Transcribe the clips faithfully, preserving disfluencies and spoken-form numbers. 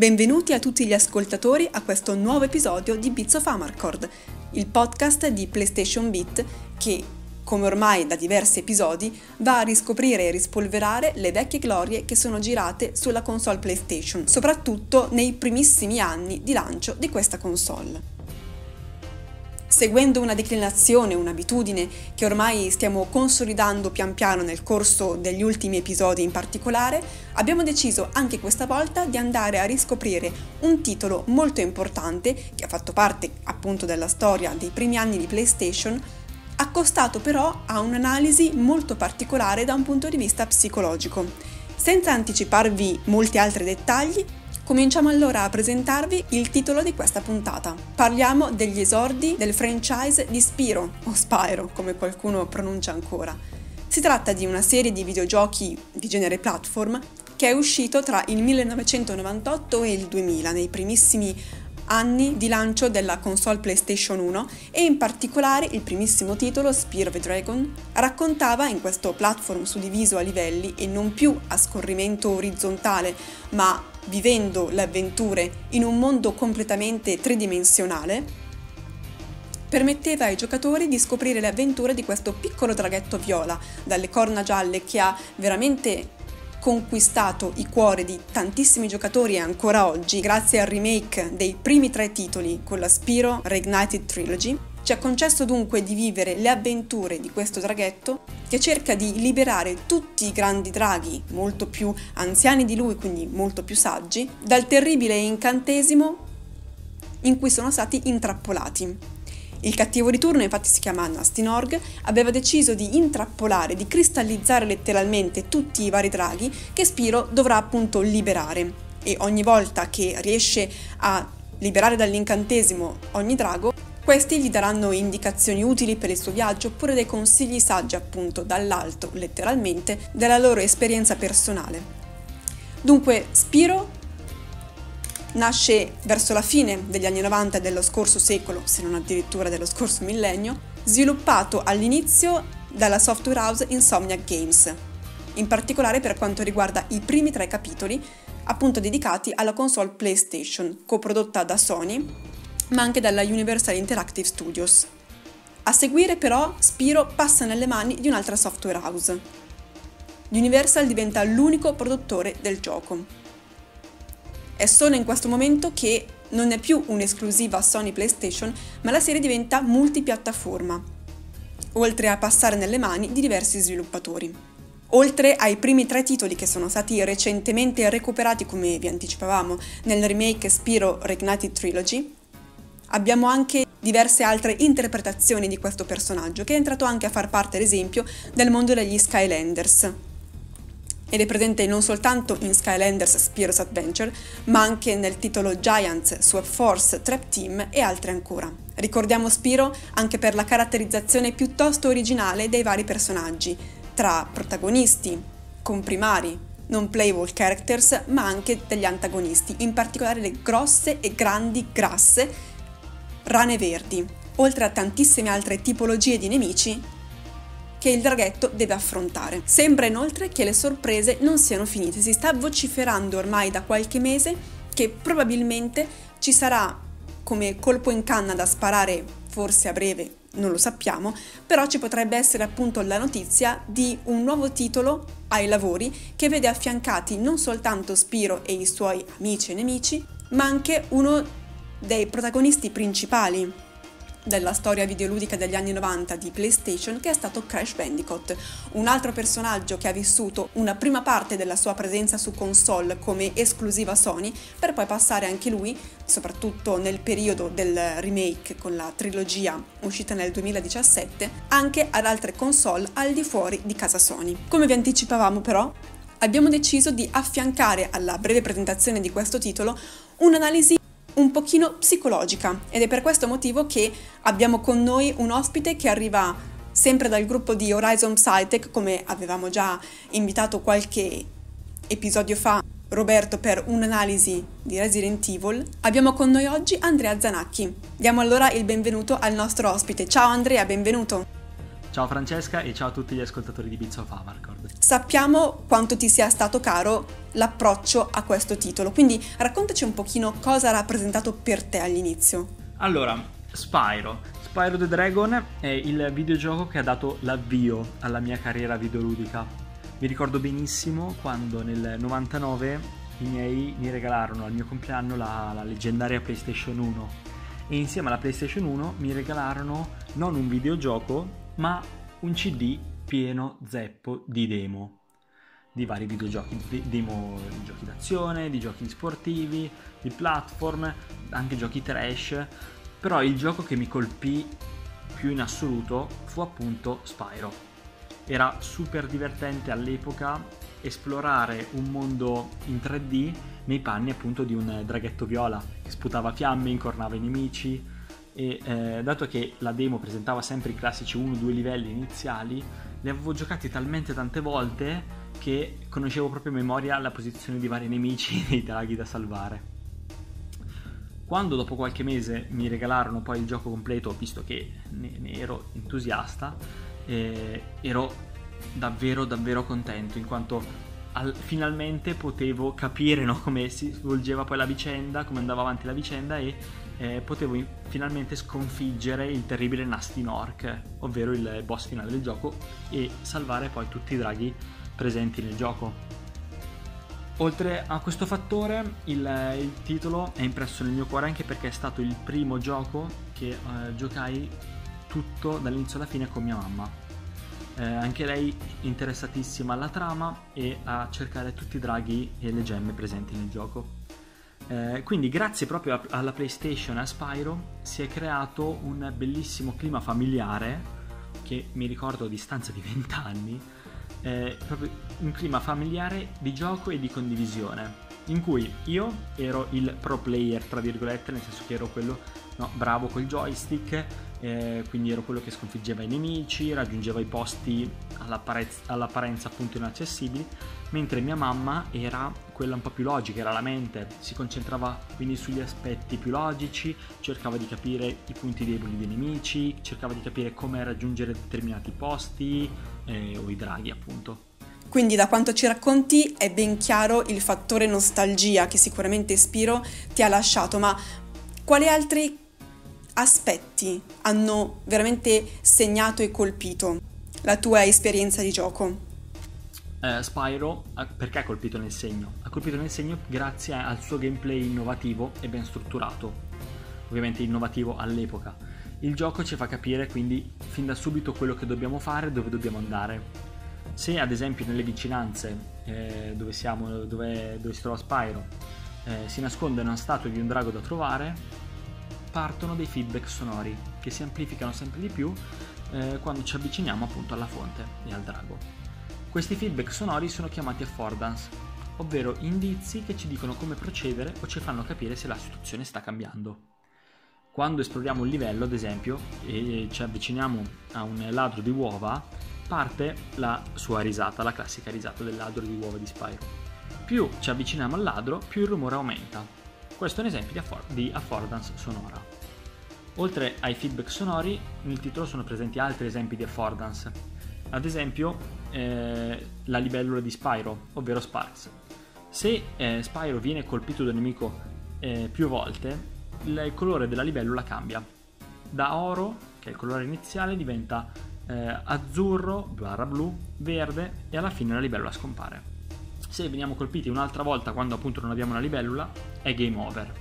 Benvenuti a tutti gli ascoltatori a questo nuovo episodio di Bits of Amarcord, il podcast di PlayStation Beat che, come ormai da diversi episodi, va a riscoprire e rispolverare le vecchie glorie che sono girate sulla console PlayStation, soprattutto nei primissimi anni di lancio di questa console. Seguendo una declinazione, un'abitudine che ormai stiamo consolidando pian piano nel corso degli ultimi episodi in particolare, abbiamo deciso anche questa volta di andare a riscoprire un titolo molto importante che ha fatto parte appunto della storia dei primi anni di PlayStation, accostato però a un'analisi molto particolare da un punto di vista psicologico. Senza anticiparvi molti altri dettagli, cominciamo allora a presentarvi il titolo di questa puntata. Parliamo degli esordi del franchise di Spyro, o Spyro come qualcuno pronuncia ancora. Si tratta di una serie di videogiochi di genere platform che è uscito tra il millenovecentonovantotto e il duemila, nei primissimi anni di lancio della console PlayStation uno, e in particolare il primissimo titolo, Spyro the Dragon, raccontava in questo platform suddiviso a livelli e non più a scorrimento orizzontale, ma vivendo le avventure in un mondo completamente tridimensionale, permetteva ai giocatori di scoprire le avventure di questo piccolo draghetto viola dalle corna gialle che ha veramente conquistato i cuori di tantissimi giocatori e ancora oggi, grazie al remake dei primi tre titoli con la Spyro Reignited Trilogy. Ci ha concesso dunque di vivere le avventure di questo draghetto che cerca di liberare tutti i grandi draghi, molto più anziani di lui, quindi molto più saggi, dal terribile incantesimo in cui sono stati intrappolati. Il cattivo di turno, infatti si chiama Gnasty Gnorg, aveva deciso di intrappolare, di cristallizzare letteralmente tutti i vari draghi che Spyro dovrà appunto liberare, e ogni volta che riesce a liberare dall'incantesimo ogni drago, questi gli daranno indicazioni utili per il suo viaggio oppure dei consigli saggi appunto dall'alto, letteralmente, della loro esperienza personale. Dunque Spyro nasce verso la fine degli anni novanta dello scorso secolo, se non addirittura dello scorso millennio, sviluppato all'inizio dalla software house Insomniac Games, in particolare per quanto riguarda i primi tre capitoli, appunto dedicati alla console PlayStation, coprodotta da Sony, ma anche dalla Universal Interactive Studios. A seguire però Spyro passa nelle mani di un'altra software house. Universal diventa l'unico produttore del gioco. È solo in questo momento che non è più un'esclusiva Sony PlayStation, ma la serie diventa multipiattaforma, oltre a passare nelle mani di diversi sviluppatori. Oltre ai primi tre titoli che sono stati recentemente recuperati, come vi anticipavamo, nel remake Spyro Reignited Trilogy, abbiamo anche diverse altre interpretazioni di questo personaggio, che è entrato anche a far parte, ad esempio, del mondo degli Skylanders, ed è presente non soltanto in Skylanders Spyro's Adventure, ma anche nel titolo Giants, Swap Force, Trap Team e altri ancora. Ricordiamo Spyro anche per la caratterizzazione piuttosto originale dei vari personaggi, tra protagonisti, comprimari, non playable characters, ma anche degli antagonisti, in particolare le grosse e grandi grasse rane verdi, oltre a tantissime altre tipologie di nemici che il draghetto deve affrontare. Sembra inoltre che le sorprese non siano finite, si sta vociferando ormai da qualche mese che probabilmente ci sarà come colpo in canna da sparare, forse a breve, non lo sappiamo, però ci potrebbe essere appunto la notizia di un nuovo titolo ai lavori che vede affiancati non soltanto Spyro e i suoi amici e nemici, ma anche uno dei protagonisti principali della storia videoludica degli anni novanta di PlayStation, che è stato Crash Bandicoot, un altro personaggio che ha vissuto una prima parte della sua presenza su console come esclusiva Sony, per poi passare anche lui, soprattutto nel periodo del remake con la trilogia uscita nel duemiladiciassette, anche ad altre console al di fuori di casa Sony. Come vi anticipavamo però, abbiamo deciso di affiancare alla breve presentazione di questo titolo un'analisi un pochino psicologica, ed è per questo motivo che abbiamo con noi un ospite che arriva sempre dal gruppo di Horizon Psytech, come avevamo già invitato qualche episodio fa Roberto per un'analisi di Resident Evil. Abbiamo con noi oggi Andrea Zanacchi. Diamo allora il benvenuto al nostro ospite. Ciao Andrea, benvenuto. Ciao Francesca e ciao a tutti gli ascoltatori di Bits of Amarcord. Sappiamo quanto ti sia stato caro l'approccio a questo titolo, quindi raccontaci un pochino cosa ha rappresentato per te all'inizio. Allora, Spyro. Spyro the Dragon è il videogioco che ha dato l'avvio alla mia carriera videoludica. Mi ricordo benissimo quando nel novantanove i miei mi regalarono al mio compleanno la, la leggendaria PlayStation uno e insieme alla PlayStation uno mi regalarono non un videogioco ma un C D pieno zeppo di demo di vari videogiochi, di demo di giochi d'azione, di giochi sportivi, di platform, anche giochi trash. Però il gioco che mi colpì più in assoluto fu appunto Spyro. Era super divertente all'epoca esplorare un mondo in tre D nei panni appunto di un draghetto viola che sputava fiamme, incornava i nemici e eh, dato che la demo presentava sempre i classici uno due livelli iniziali, li avevo giocati talmente tante volte che conoscevo proprio a memoria la posizione di vari nemici e dei draghi da salvare. Quando dopo qualche mese mi regalarono poi il gioco completo, visto che ne, ne ero entusiasta, eh, ero davvero davvero contento, in quanto al, finalmente potevo capire, no, come si svolgeva poi la vicenda, come andava avanti la vicenda e eh, potevo in, finalmente sconfiggere il terribile Nasty Nork, ovvero il boss finale del gioco, e salvare poi tutti i draghi presenti nel gioco. Oltre a questo fattore, il, il titolo è impresso nel mio cuore anche perché è stato il primo gioco che eh, giocai tutto dall'inizio alla fine con mia mamma. Eh, anche lei interessatissima alla trama e a cercare tutti i draghi e le gemme presenti nel gioco. Eh, quindi grazie proprio a, alla PlayStation e a Spyro si è creato un bellissimo clima familiare che mi ricordo a distanza di vent'anni. Eh, proprio un clima familiare di gioco e di condivisione in cui io ero il pro player tra virgolette, nel senso che ero quello no, bravo col joystick, eh, quindi ero quello che sconfiggeva i nemici, raggiungeva i posti all'apparenza, all'apparenza appunto inaccessibili, mentre mia mamma era quella un po' più logica, era la mente, si concentrava quindi sugli aspetti più logici, cercava di capire i punti deboli dei nemici, cercava di capire come raggiungere determinati posti eh, o i draghi appunto. Quindi da quanto ci racconti è ben chiaro il fattore nostalgia che sicuramente Spyro ti ha lasciato, ma quali altri aspetti hanno veramente segnato e colpito la tua esperienza di gioco? Uh, Spyro, perché ha colpito nel segno? Ha colpito nel segno grazie al suo gameplay innovativo e ben strutturato, ovviamente innovativo all'epoca. Il gioco ci fa capire quindi fin da subito quello che dobbiamo fare, dove dobbiamo andare. Se ad esempio nelle vicinanze eh, dove siamo, dove, dove si trova Spyro, eh, si nasconde una statua di un drago da trovare, partono dei feedback sonori che si amplificano sempre di più eh, quando ci avviciniamo appunto alla fonte e al drago. Questi feedback sonori sono chiamati affordance, ovvero indizi che ci dicono come procedere o ci fanno capire se la situazione sta cambiando. Quando esploriamo un livello, ad esempio, e ci avviciniamo a un ladro di uova, parte la sua risata, la classica risata del ladro di uova di Spyro. Più ci avviciniamo al ladro, più il rumore aumenta. Questo è un esempio di, affor- di affordance sonora. Oltre ai feedback sonori, nel titolo sono presenti altri esempi di affordance. Ad esempio, eh, la libellula di Spyro, ovvero Sparx. Se eh, Spyro viene colpito da un nemico eh, più volte, il colore della libellula cambia. Da oro, che è il colore iniziale, diventa eh, azzurro, barra blu, verde e alla fine la libellula scompare. Se veniamo colpiti un'altra volta quando appunto non abbiamo una libellula, è game over.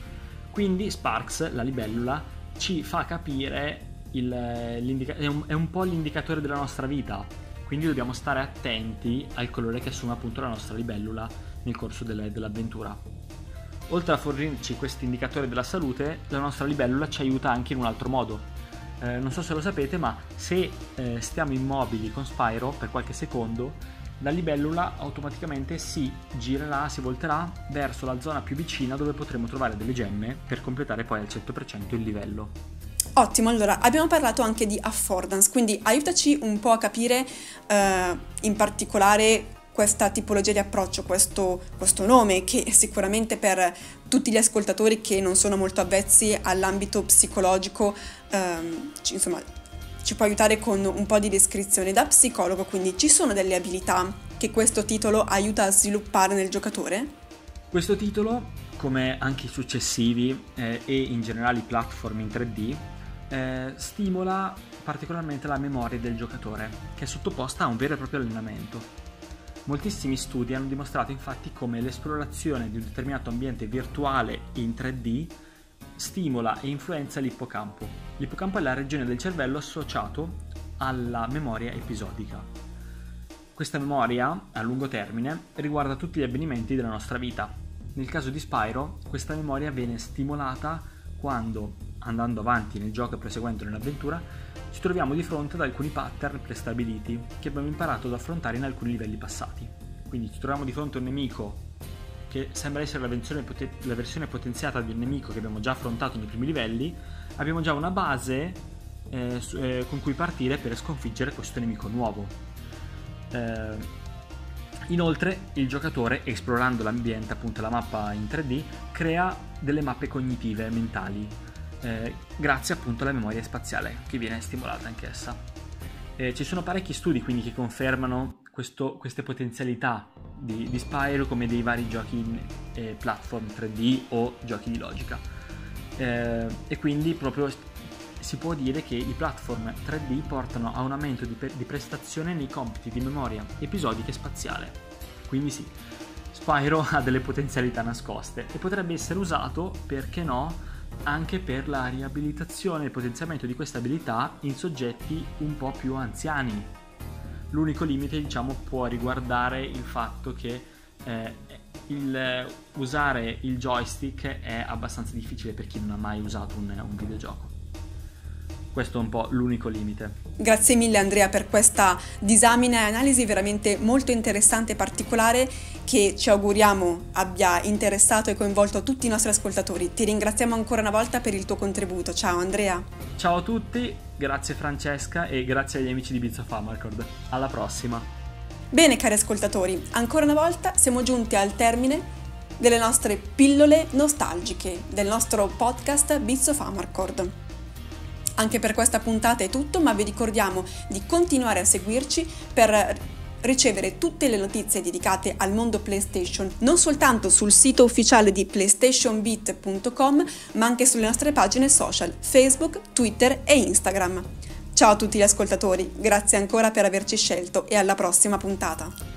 Quindi Sparx, la libellula, ci fa capire il, l'indica- è, un, è un po' l'indicatore della nostra vita, quindi dobbiamo stare attenti al colore che assume appunto la nostra libellula nel corso delle, dell'avventura. Oltre a fornirci questo indicatore della salute, la nostra libellula ci aiuta anche in un altro modo. Eh, non so se lo sapete, ma se eh, stiamo immobili con Spyro per qualche secondo, la libellula automaticamente si girerà, si volterà verso la zona più vicina dove potremo trovare delle gemme per completare poi al cento per cento il livello. Ottimo, allora abbiamo parlato anche di affordance, quindi aiutaci un po' a capire eh, in particolare questa tipologia di approccio, questo, questo nome che sicuramente per tutti gli ascoltatori che non sono molto avvezzi all'ambito psicologico, ehm, insomma, ci può aiutare con un po' di descrizione da psicologo, quindi ci sono delle abilità che questo titolo aiuta a sviluppare nel giocatore? Questo titolo, come anche i successivi eh, e in generale i platform in tre D, eh, stimola particolarmente la memoria del giocatore, che è sottoposta a un vero e proprio allenamento. Moltissimi studi hanno dimostrato infatti come l'esplorazione di un determinato ambiente virtuale in tre D stimola e influenza l'ippocampo. L'ippocampo è la regione del cervello associato alla memoria episodica. Questa memoria, a lungo termine, riguarda tutti gli avvenimenti della nostra vita. Nel caso di Spyro, questa memoria viene stimolata quando, andando avanti nel gioco e proseguendo nell'avventura, ci troviamo di fronte ad alcuni pattern prestabiliti che abbiamo imparato ad affrontare in alcuni livelli passati. Quindi ci troviamo di fronte a un nemico che sembra essere la versione, poten- la versione potenziata di un nemico che abbiamo già affrontato nei primi livelli. Abbiamo già una base eh, su- eh, con cui partire per sconfiggere questo nemico nuovo. Eh, inoltre il giocatore, esplorando l'ambiente, appunto la mappa in tre D, crea delle mappe cognitive mentali eh, grazie appunto alla memoria spaziale che viene stimolata anch'essa. Eh, ci sono parecchi studi quindi che confermano questo, queste potenzialità di, di Spyro come dei vari giochi in, eh, platform tre D o giochi di logica eh, e quindi proprio si può dire che i platform tre D portano a un aumento di, di prestazione nei compiti di memoria episodica e spaziale. Quindi sì, Spyro ha delle potenzialità nascoste e potrebbe essere usato, perché no, anche per la riabilitazione e il potenziamento di queste abilità in soggetti un po' più anziani. L'unico limite, diciamo, può riguardare il fatto che eh, il, usare il joystick è abbastanza difficile per chi non ha mai usato un, un videogioco. Questo è un po' l'unico limite. Grazie mille Andrea per questa disamina e analisi veramente molto interessante e particolare che ci auguriamo abbia interessato e coinvolto tutti i nostri ascoltatori. Ti ringraziamo ancora una volta per il tuo contributo. Ciao Andrea. Ciao a tutti, grazie Francesca e grazie agli amici di Bits of Amarcord. Alla prossima. Bene cari ascoltatori, ancora una volta siamo giunti al termine delle nostre pillole nostalgiche, del nostro podcast Bits of Amarcord. Anche per questa puntata è tutto, ma vi ricordiamo di continuare a seguirci per ricevere tutte le notizie dedicate al mondo PlayStation, non soltanto sul sito ufficiale di playstation beat punto com, ma anche sulle nostre pagine social Facebook, Twitter e Instagram. Ciao a tutti gli ascoltatori, grazie ancora per averci scelto e alla prossima puntata.